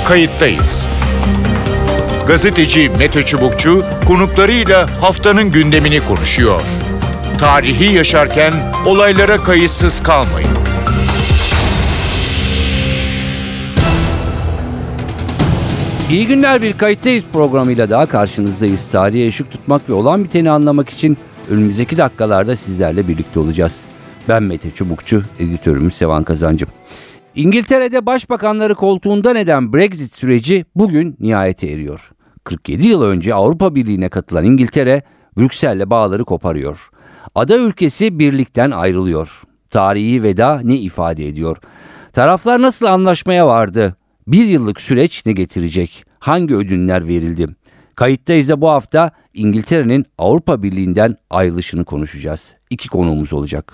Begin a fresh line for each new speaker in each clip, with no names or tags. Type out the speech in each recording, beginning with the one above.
Kayıttayız. Gazeteci Mete Çubukçu konuklarıyla haftanın gündemini konuşuyor. Tarihi yaşarken olaylara kayıtsız kalmayın.
İyi günler, bir Kayıttayız programıyla daha karşınızdayız. Tarihe ışık tutmak ve olan biteni anlamak için önümüzdeki dakikalarda sizlerle birlikte olacağız. Ben Mete Çubukçu, editörümüz Sevan Kazancı. İngiltere'de başbakanları koltuğundan eden Brexit süreci bugün nihayete eriyor. 47 yıl önce Avrupa Birliği'ne katılan İngiltere, Brüksel'le bağları koparıyor. Ada ülkesi birlikten ayrılıyor. Tarihi veda ne ifade ediyor? Taraflar nasıl anlaşmaya vardı? Bir yıllık süreç ne getirecek? Hangi ödünler verildi? Kayıttayız da bu hafta İngiltere'nin Avrupa Birliği'nden ayrılışını konuşacağız. İki konuğumuz olacak.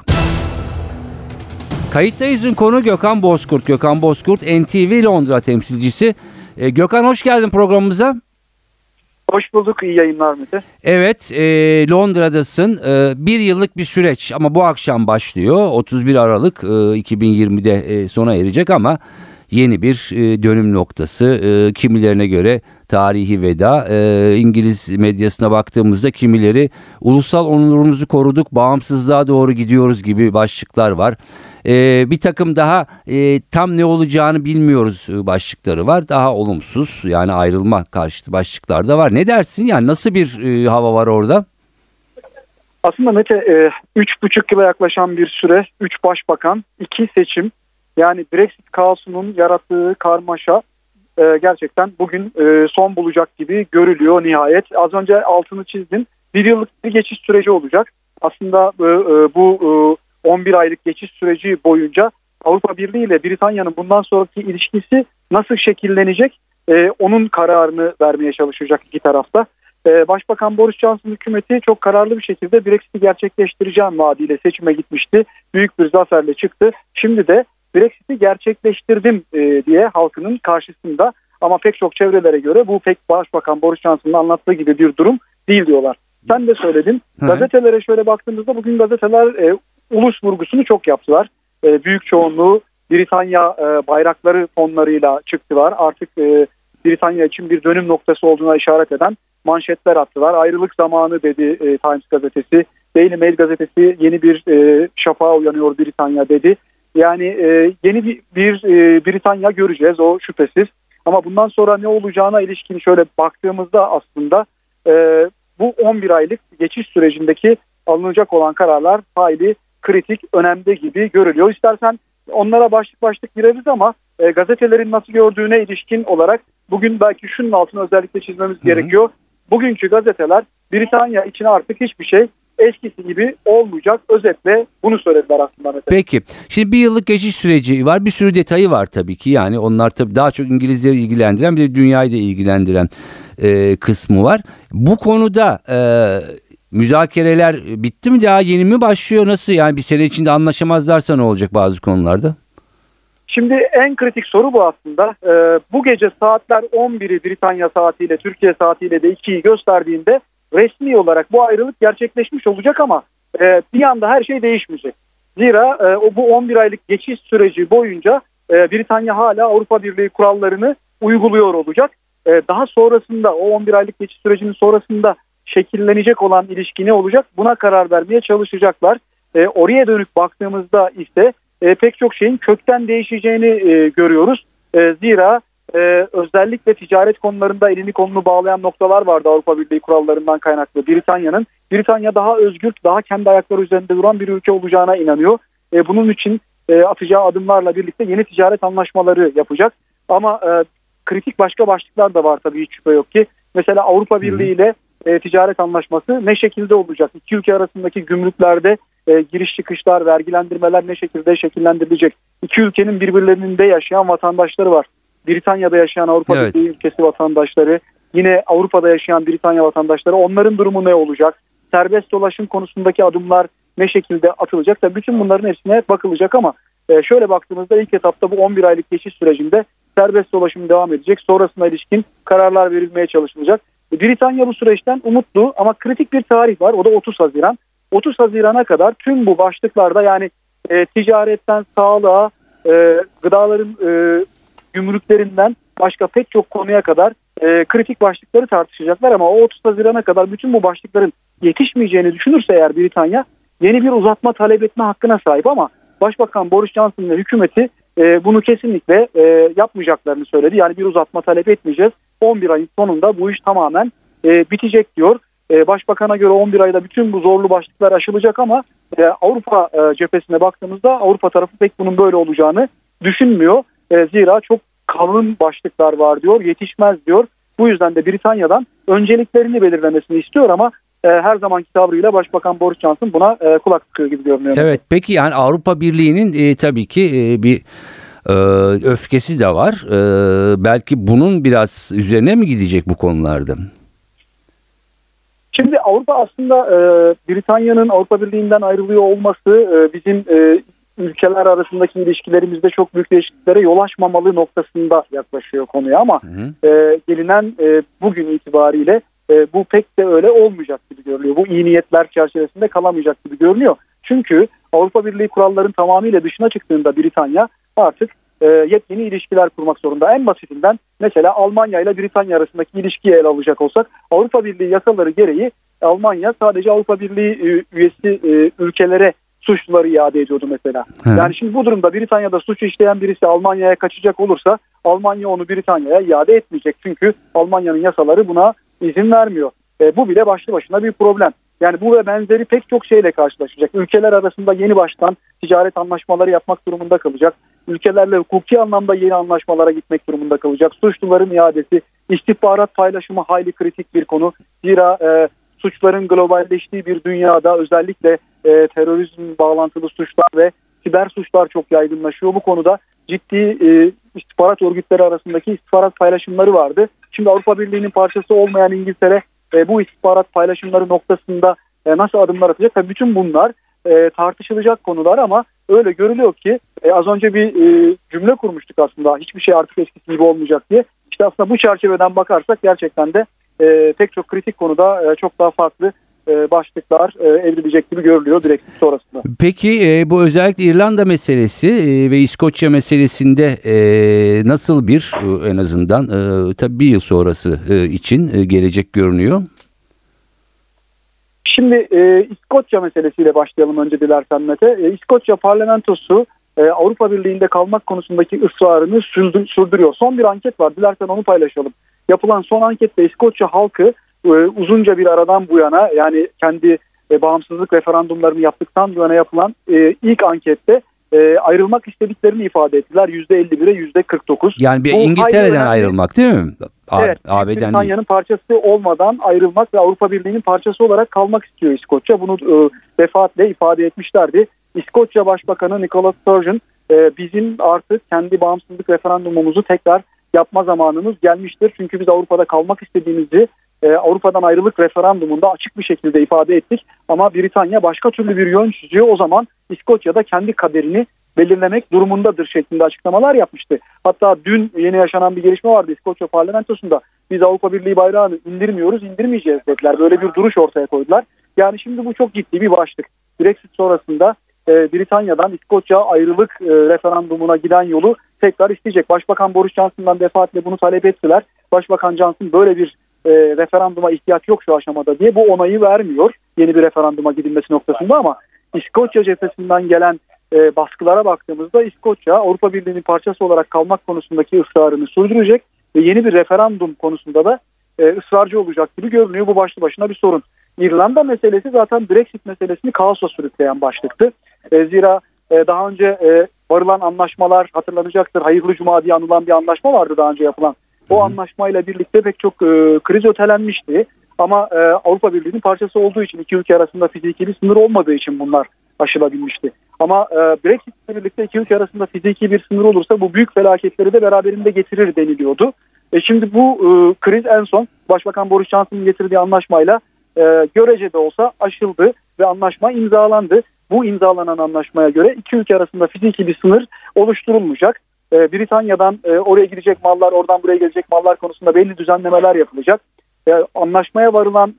Kayıttayız'ın konu Gökhan Bozkurt. Gökhan Bozkurt, NTV Londra temsilcisi. Gökhan, hoş geldin programımıza.
Hoş bulduk, iyi yayınlar Mete.
Evet, Londra'dasın. Bir yıllık bir süreç ama bu akşam başlıyor. 31 Aralık 2020'de sona erecek ama yeni bir dönüm noktası. Kimilerine göre tarihi veda. İngiliz medyasına baktığımızda kimileri ulusal onurumuzu koruduk, bağımsızlığa doğru gidiyoruz gibi başlıklar var. Bir takım daha tam ne olacağını bilmiyoruz başlıkları var. Daha olumsuz, yani ayrılma karşıtı başlıklar da var. Ne dersin, yani nasıl bir hava var orada?
Aslında Mete 3,5 yıla yaklaşan bir süre, 3 başbakan, 2 seçim. Yani Brexit kaosunun yarattığı karmaşa gerçekten bugün son bulacak gibi görülüyor nihayet. Az önce altını çizdim. Bir yıllık bir geçiş süreci olacak. Aslında bu 11 aylık geçiş süreci boyunca Avrupa Birliği ile Britanya'nın bundan sonraki ilişkisi nasıl şekillenecek onun kararını vermeye çalışacak iki tarafta. Başbakan Boris Johnson hükümeti çok kararlı bir şekilde Brexit'i gerçekleştireceğim vaadiyle seçime gitmişti. Büyük bir zaferle çıktı. Şimdi de Brexit'i gerçekleştirdim diye halkının karşısında, ama pek çok çevrelere göre bu pek Başbakan Boris Johnson'ın anlattığı gibi bir durum değil diyorlar. Sen de söyledin. Gazetelere şöyle baktığımızda bugün gazeteler ulus vurgusunu çok yaptılar. Büyük çoğunluğu Britanya bayrakları fonlarıyla çıktılar. Artık Britanya için bir dönüm noktası olduğuna işaret eden manşetler attılar. Ayrılık zamanı dedi Times gazetesi. Daily Mail gazetesi yeni bir şafağa uyanıyor Britanya dedi. Yani yeni bir Britanya göreceğiz, o şüphesiz. Ama bundan sonra ne olacağına ilişkin şöyle baktığımızda aslında bu 11 aylık geçiş sürecindeki alınacak olan kararlar hayli kritik, önemli gibi görülüyor. İstersen onlara başlık başlık gireriz ama gazetelerin nasıl gördüğüne ilişkin olarak bugün belki şunun altını özellikle çizmemiz gerekiyor. Bugünkü gazeteler Britanya için artık hiçbir şey eskisi gibi olmayacak. Özetle bunu söylediler aslında. Mesela.
Peki. Şimdi bir yıllık geçiş süreci var. Bir sürü detayı var tabii ki. Yani onlar tabii daha çok İngilizleri ilgilendiren, bir de dünyayı da ilgilendiren kısmı var. Bu konuda müzakereler bitti mi? Daha yeni mi başlıyor? Nasıl? Yani bir sene içinde anlaşamazlarsa ne olacak bazı konularda?
Şimdi en kritik soru bu aslında. Bu gece saatler 11'i Britanya saatiyle, Türkiye saatiyle de 2'yi gösterdiğinde resmi olarak bu ayrılık gerçekleşmiş olacak ama bir anda her şey değişmeyecek. Zira bu 11 aylık geçiş süreci boyunca Britanya hala Avrupa Birliği kurallarını uyguluyor olacak. Daha sonrasında, o 11 aylık geçiş sürecinin sonrasında şekillenecek olan ilişki ne olacak? Buna karar vermeye çalışacaklar. Oraya dönük baktığımızda ise pek çok şeyin kökten değişeceğini görüyoruz. Zira özellikle ticaret konularında elini kolunu bağlayan noktalar vardı Avrupa Birliği kurallarından kaynaklı. Britanya daha özgür, daha kendi ayakları üzerinde duran bir ülke olacağına inanıyor. Bunun için atacağı adımlarla birlikte yeni ticaret anlaşmaları yapacak. Ama kritik başka başlıklar da var tabii, hiç şüphe yok ki. Mesela Avrupa Birliği ile ticaret anlaşması ne şekilde olacak? İki ülke arasındaki gümrüklerde giriş çıkışlar, vergilendirmeler ne şekilde şekillendirilecek? İki ülkenin birbirlerinde yaşayan vatandaşları var. Britanya'da yaşayan Avrupa Birliği ülkesi vatandaşları, yine Avrupa'da yaşayan Britanya vatandaşları, onların durumu ne olacak? Serbest dolaşım konusundaki adımlar ne şekilde atılacak? Tabii bütün bunların hepsine bakılacak ama şöyle baktığımızda ilk etapta bu 11 aylık geçiş sürecinde serbest dolaşım devam edecek. Sonrasına ilişkin kararlar verilmeye çalışılacak. Britanya bu süreçten umutlu ama kritik bir tarih var. O da 30 Haziran. 30 Haziran'a kadar tüm bu başlıklarda, yani ticaretten sağlığa, gıdaların gümrüklerinden başka pek çok konuya kadar kritik başlıkları tartışacaklar ama o 30 Haziran'a kadar bütün bu başlıkların yetişmeyeceğini düşünürse eğer Britanya yeni bir uzatma talep etme hakkına sahip ama Başbakan Boris Johnson ve hükümeti bunu kesinlikle yapmayacaklarını söyledi. Yani bir uzatma talep etmeyeceğiz. 11 ayın sonunda bu iş tamamen bitecek diyor. Başbakan'a göre 11 ayda bütün bu zorlu başlıklar aşılacak ama Avrupa cephesine baktığımızda Avrupa tarafı pek bunun böyle olacağını düşünmüyor. Zira çok kalın başlıklar var diyor, yetişmez diyor. Bu yüzden de Britanya'dan önceliklerini belirlemesini istiyor ama her zamanki tavrıyla Başbakan Boris Johnson buna kulak tıkıyor gibi görünüyor.
Evet, peki yani Avrupa Birliği'nin tabii ki bir öfkesi de var. Belki bunun biraz üzerine mi gidecek bu konularda?
Şimdi Avrupa aslında Britanya'nın Avrupa Birliği'nden ayrılıyor olması bizim ülkeler arasındaki ilişkilerimizde çok büyük değişikliklere yol açmamalı noktasında yaklaşıyor konuya ama gelinen bugün itibariyle bu pek de öyle olmayacak gibi görünüyor. Bu iyi niyetler çerçevesinde kalamayacak gibi görünüyor. Çünkü Avrupa Birliği kuralların tamamıyla dışına çıktığında Britanya artık yepyeni ilişkiler kurmak zorunda. En basitinden mesela Almanya ile Britanya arasındaki ilişkiyi ele alacak olsak Avrupa Birliği yasaları gereği Almanya sadece Avrupa Birliği üyesi ülkelere suçluları iade ediyordu mesela. Yani şimdi bu durumda Britanya'da suç işleyen birisi Almanya'ya kaçacak olursa Almanya onu Britanya'ya iade etmeyecek. Çünkü Almanya'nın yasaları buna izin vermiyor. Bu bile başlı başına bir problem. Yani bu ve benzeri pek çok şeyle karşılaşacak. Ülkeler arasında yeni baştan ticaret anlaşmaları yapmak durumunda kalacak. Ülkelerle hukuki anlamda yeni anlaşmalara gitmek durumunda kalacak. Suçluların iadesi, istihbarat paylaşımı hayli kritik bir konu. Zira suçların globalleştiği bir dünyada özellikle terörizm bağlantılı suçlar ve siber suçlar çok yaygınlaşıyor. Bu konuda ciddi istihbarat örgütleri arasındaki istihbarat paylaşımları vardı. Şimdi Avrupa Birliği'nin parçası olmayan İngiltere bu istihbarat paylaşımları noktasında nasıl adımlar atacak? Tabii bütün bunlar tartışılacak konular ama öyle görülüyor ki az önce bir cümle kurmuştuk aslında. Hiçbir şey artık eskisi gibi olmayacak diye. İşte aslında bu çerçeveden bakarsak gerçekten de pek çok kritik konuda çok daha farklı başlıklar evrilecek gibi görülüyor Brexit sonrasında.
Peki bu özellikle İrlanda meselesi ve İskoçya meselesinde nasıl bir en azından tabii bir yıl sonrası için gelecek görünüyor?
Şimdi İskoçya meselesiyle başlayalım önce dilersen Mete. İskoçya parlamentosu Avrupa Birliği'nde kalmak konusundaki ısrarını sürdürüyor. Son bir anket var, dilersen onu paylaşalım. Yapılan son ankette İskoçya halkı uzunca bir aradan bu yana yani kendi bağımsızlık referandumlarını yaptıktan bu yana yapılan ilk ankette ayrılmak istediklerini ifade ettiler. %51'e %49.
Yani bir İngiltere'den ayrılmak değil mi?
Evet. Britanya'nın parçası olmadan ayrılmak ve Avrupa Birliği'nin parçası olarak kalmak istiyor İskoçya. Bunu defaatle ifade etmişlerdi. İskoçya Başbakanı Nicola Sturgeon bizim artık kendi bağımsızlık referandumumuzu tekrar yapma zamanımız gelmiştir. Çünkü biz Avrupa'da kalmak istediğimizi Avrupa'dan ayrılık referandumunda açık bir şekilde ifade ettik. Ama Britanya başka türlü bir yön çiziyor. O zaman İskoçya'da kendi kaderini belirlemek durumundadır şeklinde açıklamalar yapmıştı. Hatta dün yeni yaşanan bir gelişme vardı İskoçya parlamentosunda. Biz Avrupa Birliği bayrağını indirmiyoruz, indirmeyeceğiz dediler. Böyle bir duruş ortaya koydular. Yani şimdi bu çok ciddi bir başlık. Brexit sonrasında Britanya'dan İskoçya ayrılık referandumuna giden yolu tekrar isteyecek. Başbakan Boris Johnson'dan defaatle bunu talep ettiler. Başbakan Johnson böyle bir referanduma ihtiyaç yok şu aşamada diye bu onayı vermiyor yeni bir referanduma gidilmesi noktasında ama İskoçya cephesinden gelen baskılara baktığımızda İskoçya Avrupa Birliği'nin parçası olarak kalmak konusundaki ısrarını sürdürecek ve yeni bir referandum konusunda da ısrarcı olacak gibi görünüyor. Bu başlı başına bir sorun. İrlanda meselesi zaten Brexit meselesini kaosa sürükleyen başlıktı. Zira daha önce varılan anlaşmalar hatırlanacaktır. Hayırlı Cuma diye anılan bir anlaşma vardı daha önce yapılan. O anlaşmayla birlikte pek çok kriz ötelenmişti. Ama Avrupa Birliği'nin parçası olduğu için iki ülke arasında fiziki bir sınır olmadığı için bunlar aşılabilmişti. Ama Brexit ile birlikte iki ülke arasında fiziki bir sınır olursa bu büyük felaketleri de beraberinde getirir deniliyordu. Şimdi bu kriz en son Başbakan Boris Johnson'ın getirdiği anlaşmayla görece de olsa aşıldı ve anlaşma imzalandı. Bu imzalanan anlaşmaya göre iki ülke arasında fiziki bir sınır oluşturulmayacak. Britanya'dan oraya gidecek mallar, oradan buraya gelecek mallar konusunda belli düzenlemeler yapılacak. Anlaşmaya varılan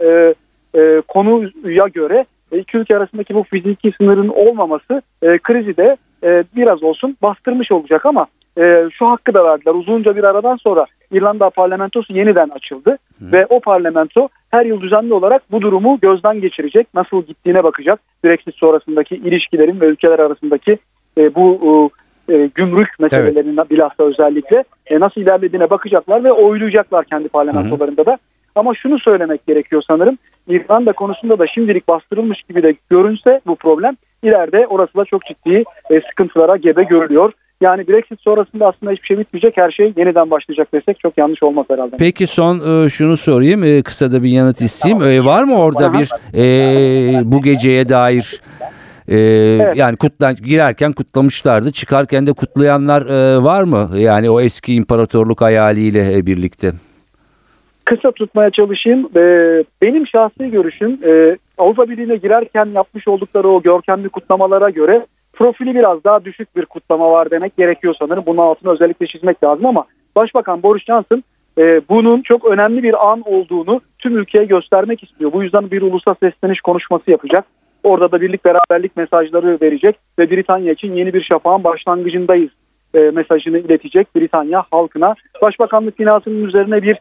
konuya göre iki ülke arasındaki bu fiziki sınırın olmaması krizi de biraz olsun bastırmış olacak ama şu hakkı da verdiler. Uzunca bir aradan sonra İrlanda parlamentosu yeniden açıldı ve o parlamento her yıl düzenli olarak bu durumu gözden geçirecek, nasıl gittiğine bakacak. Brexit sonrasındaki ilişkilerin ve ülkeler arasındaki bu gümrük meselelerinin bilhassa özellikle nasıl ilerlediğine bakacaklar ve oylayacaklar kendi parlamentolarında da. Ama şunu söylemek gerekiyor sanırım. İrlanda konusunda da şimdilik bastırılmış gibi de görünse bu problem ileride orası da çok ciddi sıkıntılara gebe görülüyor. Yani Brexit sonrasında aslında hiçbir şey bitmeyecek, her şey yeniden başlayacak desek çok yanlış olmaz herhalde.
Peki son şunu sorayım, kısa da bir yanıt isteyeyim. Var mı orada bir bu geceye dair evet. Yani girerken kutlamışlardı, çıkarken de kutlayanlar var mı? Yani o eski imparatorluk hayaliyle birlikte.
Kısa tutmaya çalışayım. Benim şahsi görüşüm Avrupa Birliği'ne girerken yapmış oldukları o görkemli kutlamalara göre profili biraz daha düşük bir kutlama var demek gerekiyor sanırım. Bunun altını özellikle çizmek lazım ama Başbakan Boris Johnson bunun çok önemli bir an olduğunu tüm ülkeye göstermek istiyor. Bu yüzden bir ulusal sesleniş konuşması yapacak. Orada da birlik beraberlik mesajları verecek ve Britanya için yeni bir şafağın başlangıcındayız mesajını iletecek Britanya halkına. Başbakanlık binasının üzerine bir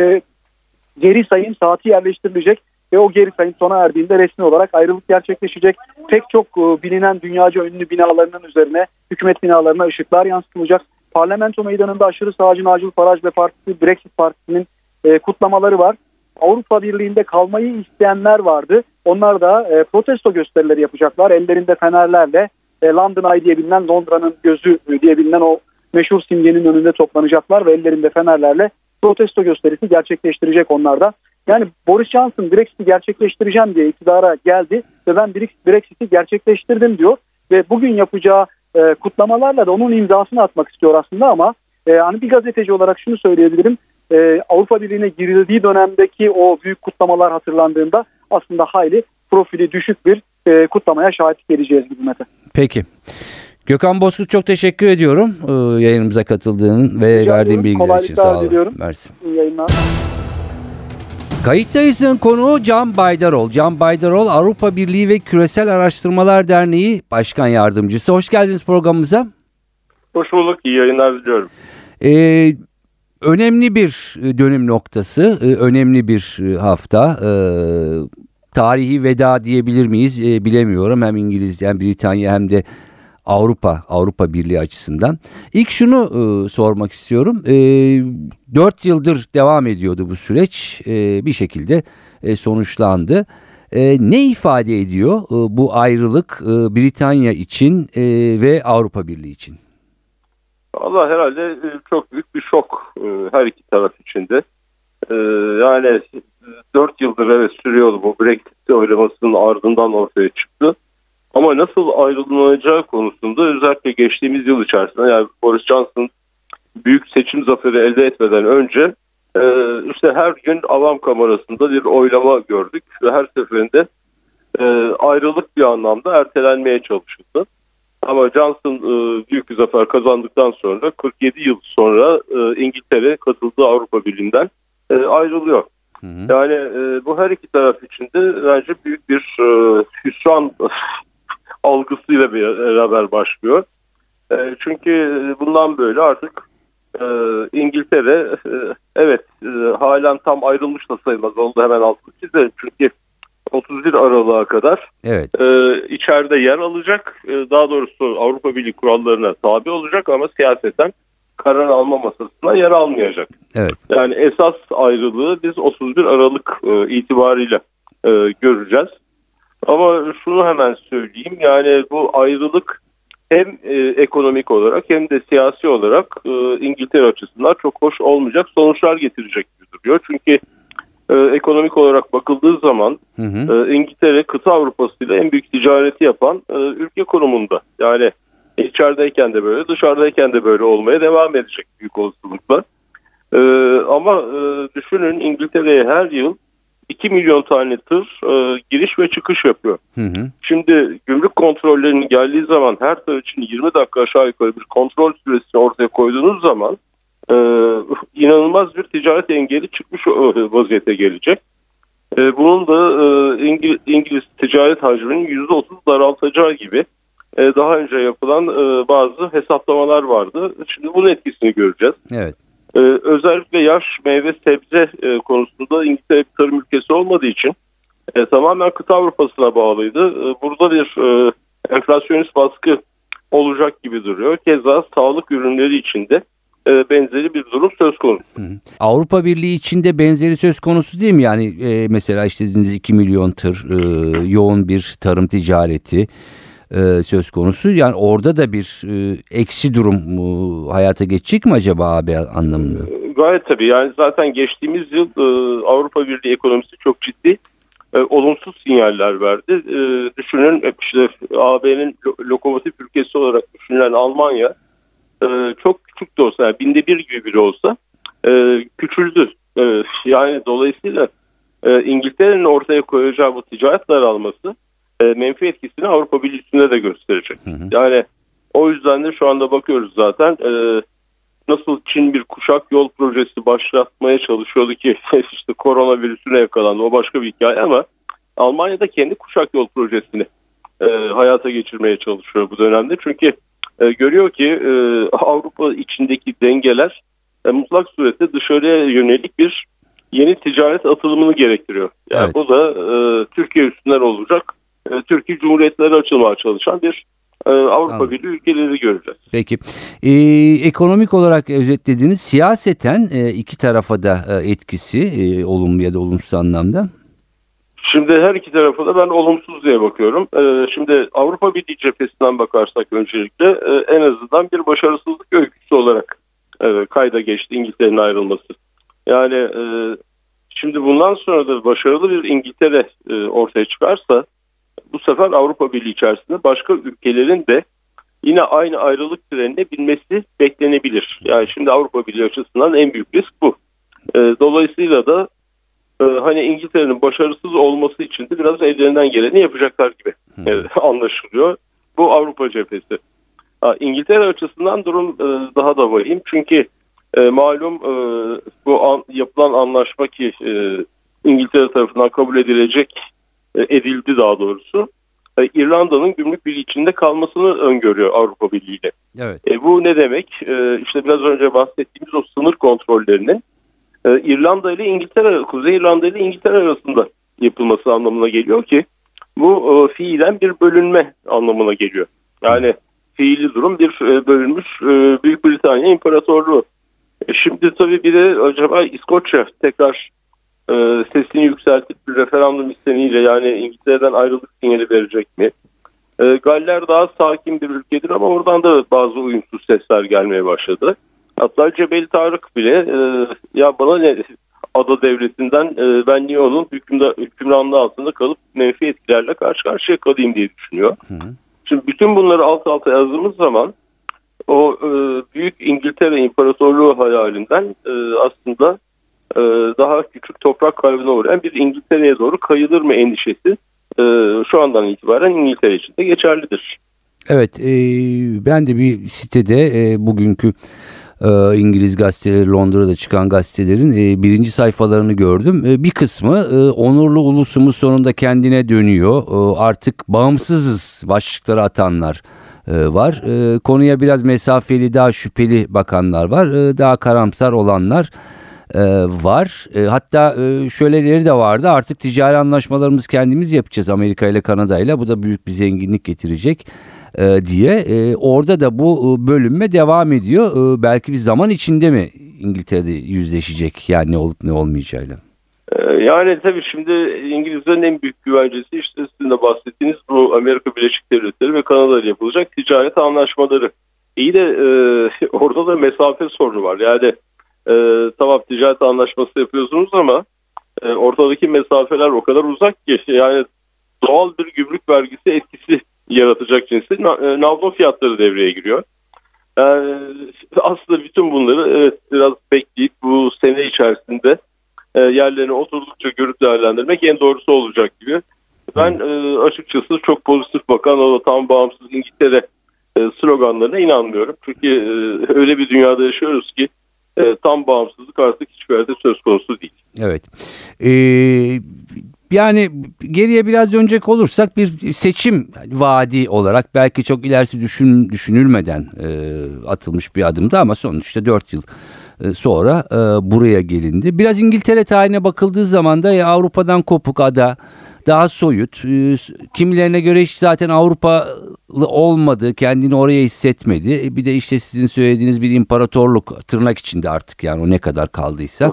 geri sayım saati yerleştirilecek ve o geri sayım sona erdiğinde resmi olarak ayrılık gerçekleşecek. Pek çok bilinen dünyaca ünlü binalarının üzerine, hükümet binalarına ışıklar yansıtılacak. Parlamento meydanında aşırı sağcı Nigel Farage ve partisi Brexit Partisi'nin kutlamaları var. Avrupa Birliği'nde kalmayı isteyenler vardı. Onlar da protesto gösterileri yapacaklar. Ellerinde fenerlerle London Eye diye bilinen, Londra'nın gözü diye bilinen o meşhur simgenin önünde toplanacaklar ve ellerinde fenerlerle protesto gösterisi gerçekleştirecek onlar da. Yani Boris Johnson Brexit'i gerçekleştireceğim diye iktidara geldi ve ben Brexit'i gerçekleştirdim diyor. Ve bugün yapacağı kutlamalarla da onun imzasını atmak istiyor aslında ama hani bir gazeteci olarak şunu söyleyebilirim. Avrupa Birliği'ne girildiği dönemdeki o büyük kutlamalar hatırlandığında aslında hayli profili düşük bir kutlamaya şahitlik edeceğiz gibi Mete.
Peki. Gökhan Bozkurt çok teşekkür ediyorum yayınımıza katıldığın ve verdiğin bilgiler için. Sağ olun. Mersi.
İyi yayınlar.
Kayıttayız'ın konuğu Can Baydarol. Can Baydarol Avrupa Birliği ve Küresel Araştırmalar Derneği Başkan Yardımcısı. Hoş geldiniz programımıza.
Hoş bulduk. İyi yayınlar diliyorum.
Önemli bir dönüm noktası, önemli bir hafta. Tarihi veda diyebilir miyiz bilemiyorum. Hem İngiliz hem Britanya hem de Avrupa Birliği açısından. İlk şunu sormak istiyorum. 4 yıldır devam ediyordu bu süreç. Bir şekilde sonuçlandı. Ne ifade ediyor bu ayrılık Britanya için ve Avrupa Birliği için?
Allah herhalde çok büyük bir şok her iki taraf için de. Yani 4 yıldır evet sürüyordu bu Brexit oylamasının ardından ortaya çıktı. Ama nasıl ayrılınacağı konusunda özellikle geçtiğimiz yıl içerisinde yani Boris Johnson büyük seçim zaferi elde etmeden önce işte her gün Avam Kamerası'nda bir oylama gördük ve her seferinde ayrılık bir anlamda ertelenmeye çalışıldı. Ama Johnson büyük bir zafer kazandıktan sonra 47 yıl sonra İngiltere katıldığı Avrupa Birliği'nden ayrılıyor. Hı hı. Yani bu her iki taraf için de bence büyük bir hüsran algısıyla beraber başlıyor. Çünkü bundan böyle artık İngiltere evet halen tam ayrılmış da sayılmaz. Onu da hemen altını çizelim. Çünkü 31 Aralık'a kadar evet. İçeride yer alacak. Daha doğrusu Avrupa Birliği kurallarına tabi olacak ama siyaseten karar alma masasına yer almayacak. Evet. Yani esas ayrılığı biz 31 Aralık itibariyle göreceğiz. Ama şunu hemen söyleyeyim. Yani bu ayrılık hem ekonomik olarak hem de siyasi olarak İngiltere açısından çok hoş olmayacak sonuçlar getirecek gibi duruyor. Çünkü ekonomik olarak bakıldığı zaman İngiltere kıta Avrupası ile en büyük ticareti yapan ülke konumunda. Yani içerideyken de böyle, dışarıdayken de böyle olmaya devam edecek büyük olasılıkla. Ama düşünün İngiltere'ye her yıl 2 milyon tane tır giriş ve çıkış yapıyor. Hı hı. Şimdi gümrük kontrollerinin geldiği zaman her tır için 20 dakika aşağı yukarı bir kontrol süresini ortaya koyduğunuz zaman inanılmaz bir ticaret engeli çıkmış vaziyete gelecek. Bunun da İngiliz ticaret hacminin %30 daraltacağı gibi daha önce yapılan bazı hesaplamalar vardı. Şimdi bunun etkisini göreceğiz.
Evet.
Özellikle yaş, meyve, sebze konusunda İngiltere bir tarım ülkesi olmadığı için tamamen kıta Avrupa'sına bağlıydı. Burada bir enflasyonist baskı olacak gibi duruyor. Keza sağlık ürünleri içinde benzeri bir durum söz konusu.
Avrupa Birliği içinde benzeri söz konusu değil mi? Yani mesela işte dediğiniz 2 milyon tır yoğun bir tarım ticareti söz konusu. Yani orada da bir eksi durum hayata geçecek mi acaba AB anlamında?
Gayet tabii. Yani zaten geçtiğimiz yıl Avrupa Birliği ekonomisi çok ciddi olumsuz sinyaller verdi. Düşünün işte AB'nin lokomotif ülkesi olarak düşünülen Almanya çok küçük de olsa, yani 1/1000 gibi biri olsa küçüldü. Yani dolayısıyla İngiltere'nin ortaya koyacağı bu ticaret daralması menfi etkisini Avrupa Birliği üstünde de gösterecek. Yani o yüzden de şu anda bakıyoruz zaten nasıl Çin bir kuşak yol projesi başlatmaya çalışıyordu ki işte koronavirüsüne yakalandı. O başka bir hikaye ama Almanya'da kendi kuşak yol projesini hayata geçirmeye çalışıyor bu dönemde. Çünkü görüyor ki Avrupa içindeki dengeler mutlak surette dışarıya yönelik bir yeni ticaret atılımını gerektiriyor. Yani
Evet.
bu da Türkiye üstünden olacak. Türkiye Cumhuriyetleri açılmaya çalışan bir Avrupa
Anladım.
Birliği ülkeleri göreceğiz.
Peki. Ekonomik olarak özetlediğiniz siyaseten iki tarafa da etkisi olumlu ya da olumsuz anlamda.
Şimdi her iki tarafa da ben olumsuz diye bakıyorum. Şimdi Avrupa Birliği cephesinden bakarsak öncelikle en azından bir başarısızlık öyküsü olarak kayda geçti İngiltere'nin ayrılması. Yani şimdi bundan sonra da başarılı bir İngiltere ortaya çıkarsa bu sefer Avrupa Birliği içerisinde başka ülkelerin de yine aynı ayrılık trenine binmesi beklenebilir. Yani şimdi Avrupa Birliği açısından en büyük risk bu. Dolayısıyla da hani İngiltere'nin başarısız olması için de biraz ellerinden geleni yapacaklar gibi anlaşılıyor. Bu Avrupa cephesi. İngiltere açısından durum daha da vahim. Çünkü malum bu yapılan anlaşma ki İngiltere tarafından kabul edildi daha doğrusu. İrlanda'nın gümrük birliği içinde kalmasını öngörüyor Avrupa Birliği ile.
Evet.
Bu ne demek? İşte biraz önce bahsettiğimiz o sınır kontrollerinin İrlanda ile İngiltere, Kuzey İrlanda ile İngiltere arasında yapılması anlamına geliyor ki bu fiilen bir bölünme anlamına geliyor. Yani fiili durum bir bölünmüş Büyük Britanya İmparatorluğu. Şimdi tabii bir de acaba İskoçya tekrar sesini yükseltip bir referandum istemiyle yani İngiltere'den ayrılık sinyali verecek mi? Galler daha sakin bir ülkedir ama oradan da bazı uyumsuz sesler gelmeye başladı. Hatta Cebel Tarık bile ya bana ne ada devletinden ben niye onun hükümranlığı altında kalıp menfi etkilerle karşı karşıya kalayım diye düşünüyor. Şimdi bütün bunları alt alta yazdığımız zaman o büyük İngiltere İmparatorluğu hayalinden aslında daha küçük toprak kaybına uğrayan bir İngiltere'ye doğru kayılır mı endişesi şu andan itibaren İngiltere için de geçerlidir.
Evet, ben de bir sitede bugünkü İngiliz gazeteleri, Londra'da çıkan gazetelerin birinci sayfalarını gördüm. Bir kısmı onurlu ulusumuz sonunda kendine dönüyor, artık bağımsızız başlıkları atanlar var. Konuya biraz mesafeli, daha şüpheli bakanlar var, daha karamsar olanlar var. Hatta şöyleleri de vardı, artık ticari anlaşmalarımızı kendimiz yapacağız Amerika ile Kanada ile, bu da büyük bir zenginlik getirecek diye. Orada da bu bölünme devam ediyor. Belki bir zaman içinde mi İngiltere'de yüzleşecek yani ne olup ne olmayacağıyla?
Yani tabii şimdi İngilizlerin en büyük güvencesi işte sizin de bahsettiğiniz bu Amerika Birleşik Devletleri ve Kanada ile yapılacak ticaret anlaşmaları. İyi de orada da mesafe sorunu var. Yani tamam ticaret anlaşması yapıyorsunuz ama ortadaki mesafeler o kadar uzak ki yani doğal bir gümrük vergisi etkisi yaratacak cinsi navlun fiyatları devreye giriyor. Aslında bütün bunları biraz bekleyip bu sene içerisinde yerlerine oturdukça görüp değerlendirmek en doğrusu olacak gibi. Ben açıkçası çok pozitif bakan o tam bağımsız İngiltere sloganlarına inanmıyorum. Çünkü öyle bir dünyada yaşıyoruz ki tam bağımsızlık artık hiçbir yerde söz konusu değil.
Evet. Yani geriye biraz dönecek olursak bir seçim vaadi olarak belki çok ilerisi düşünülmeden atılmış bir adımdı ama sonuçta 4 yıl sonra buraya gelindi. Biraz İngiltere tarihine bakıldığı zaman da Avrupa'dan kopuk ada, daha soyut, kimilerine göre hiç zaten Avrupalı olmadı, kendini oraya hissetmedi. Bir de işte sizin söylediğiniz bir imparatorluk, tırnak içinde artık, yani o ne kadar kaldıysa.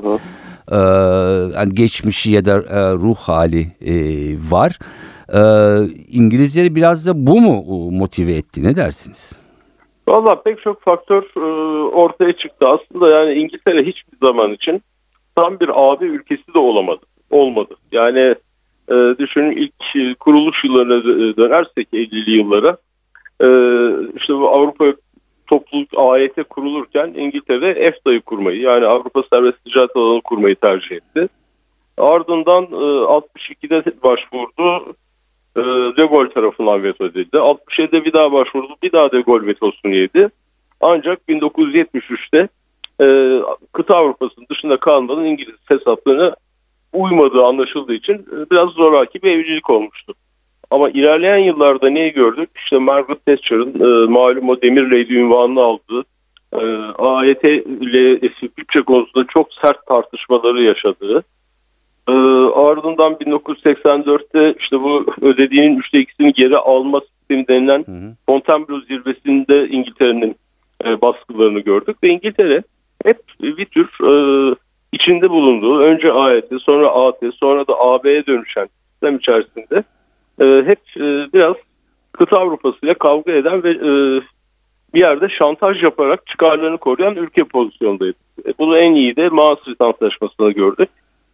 Yani geçmişi ya da ruh hali var. İngilizleri biraz da bu mu motive etti, ne dersiniz?
Valla pek çok faktör ortaya çıktı. Aslında yani İngiltere hiçbir zaman için tam bir AB ülkesi de olmadı. Yani düşünün, ilk kuruluş yıllarına dönersek 50'li yıllara, işte bu Avrupa Topluluk AYT kurulurken İngiltere EFTA'yı kurmayı, yani Avrupa Serbest Ticaret Alanı kurmayı tercih etti. Ardından 62'de başvurdu. De Gaulle tarafından veto edildi. 67'de bir daha başvurdu. Bir daha De Gaulle vetosunu yedi. Ancak 1973'te kıta Avrupa'sının dışında kalmanın İngiliz hesaplarına uymadığı anlaşıldığı için biraz zoraki bir evlilik olmuştu. Ama ilerleyen yıllarda neyi gördük? İşte Margaret Thatcher'ın malum o Demir Lady ünvanını aldığı, AYT ile bütçe konusunda çok sert tartışmaları yaşadığı, ardından 1984'te işte bu ödediğinin 2'sini geri alma sistemi denilen Fontainebleau zirvesinde İngiltere'nin baskılarını gördük ve İngiltere hep bir tür içinde bulunduğu, önce AYT, sonra AT, sonra da AB'ye dönüşen sistem içerisinde hep biraz kıta Avrupa'sıyla kavga eden ve bir yerde şantaj yaparak çıkarlarını koruyan ülke pozisyondaydı. Bunu en iyi de Maastricht Antlaşması'nda gördük.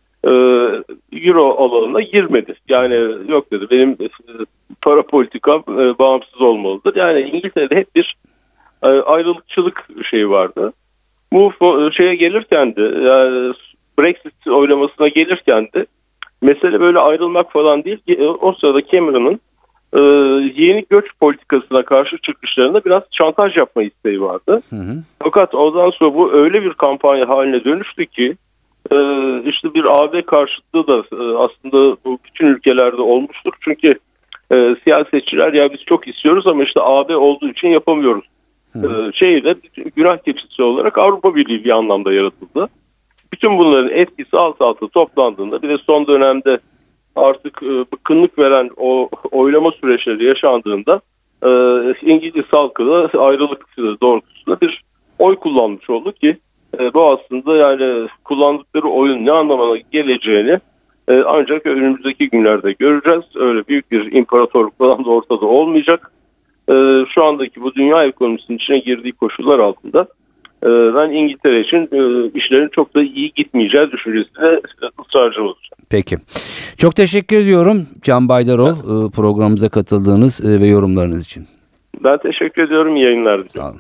Euro alanına girmedi. Yani yok dedi, benim para politikam bağımsız olmalıdır. Yani İngiltere'de hep bir ayrılıkçılık şeyi vardı. Bu şeye gelirken de, yani Brexit oylamasına gelirken de mesele böyle ayrılmak falan değil. O sırada Cameron'ın yeni göç politikasına karşı çıkışlarında biraz şantaj yapma isteği vardı. Fakat ondan sonra bu öyle bir kampanya haline dönüştü ki işte bir AB karşıtlığı da aslında bu bütün ülkelerde olmuştur. Çünkü siyasetçiler ya biz çok istiyoruz ama işte AB olduğu için yapamıyoruz. Şeyde günah keçisi olarak Avrupa Birliği bir anlamda yaratıldı. Bütün bunların etkisi alt alta toplandığında, bir de son dönemde artık bıkkınlık veren o oylama süreçleri yaşandığında İngiliz halkı da ayrılık doğrultusunda bir oy kullanmış oldu ki bu aslında yani kullandıkları oyun ne anlamına geleceğini ancak önümüzdeki günlerde göreceğiz. Öyle büyük bir imparatorluk falan da ortada olmayacak. Şu andaki bu dünya ekonomisinin içine girdiği koşullar altında ben İngiltere için işlerin çok da iyi gitmeyeceği düşüncesine ısrarcı olacağım.
Peki. Çok teşekkür ediyorum Can Baydarol, programımıza katıldığınız ve yorumlarınız için.
Ben teşekkür ediyorum. İyi yayınlar diliyorum.
Sağ olun.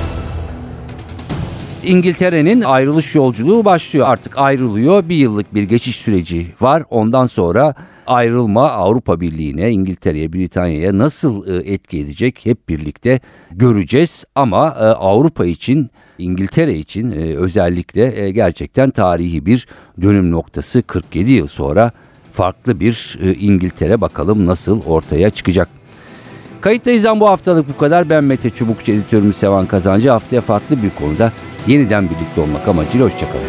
İngiltere'nin ayrılış yolculuğu başlıyor. Artık ayrılıyor. Bir yıllık bir geçiş süreci var. Ondan sonra ayrılma Avrupa Birliği'ne, İngiltere'ye, Britanya'ya nasıl etki edecek hep birlikte göreceğiz. Ama Avrupa için, İngiltere için özellikle gerçekten tarihi bir dönüm noktası. 47 yıl sonra farklı bir İngiltere, bakalım nasıl ortaya çıkacak. Kayıttayız'dan bu haftalık bu kadar. Ben Mete Çubukçu, editörümüz Sevan Kazancı. Haftaya farklı bir konuda yeniden birlikte olmak amacıyla hoşçakalın.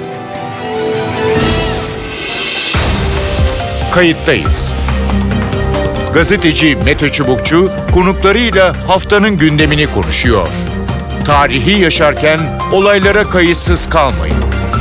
Kayıttayız. Gazeteci Mete Çubukçu konuklarıyla haftanın gündemini konuşuyor. Tarihi yaşarken olaylara kayıtsız kalmayın.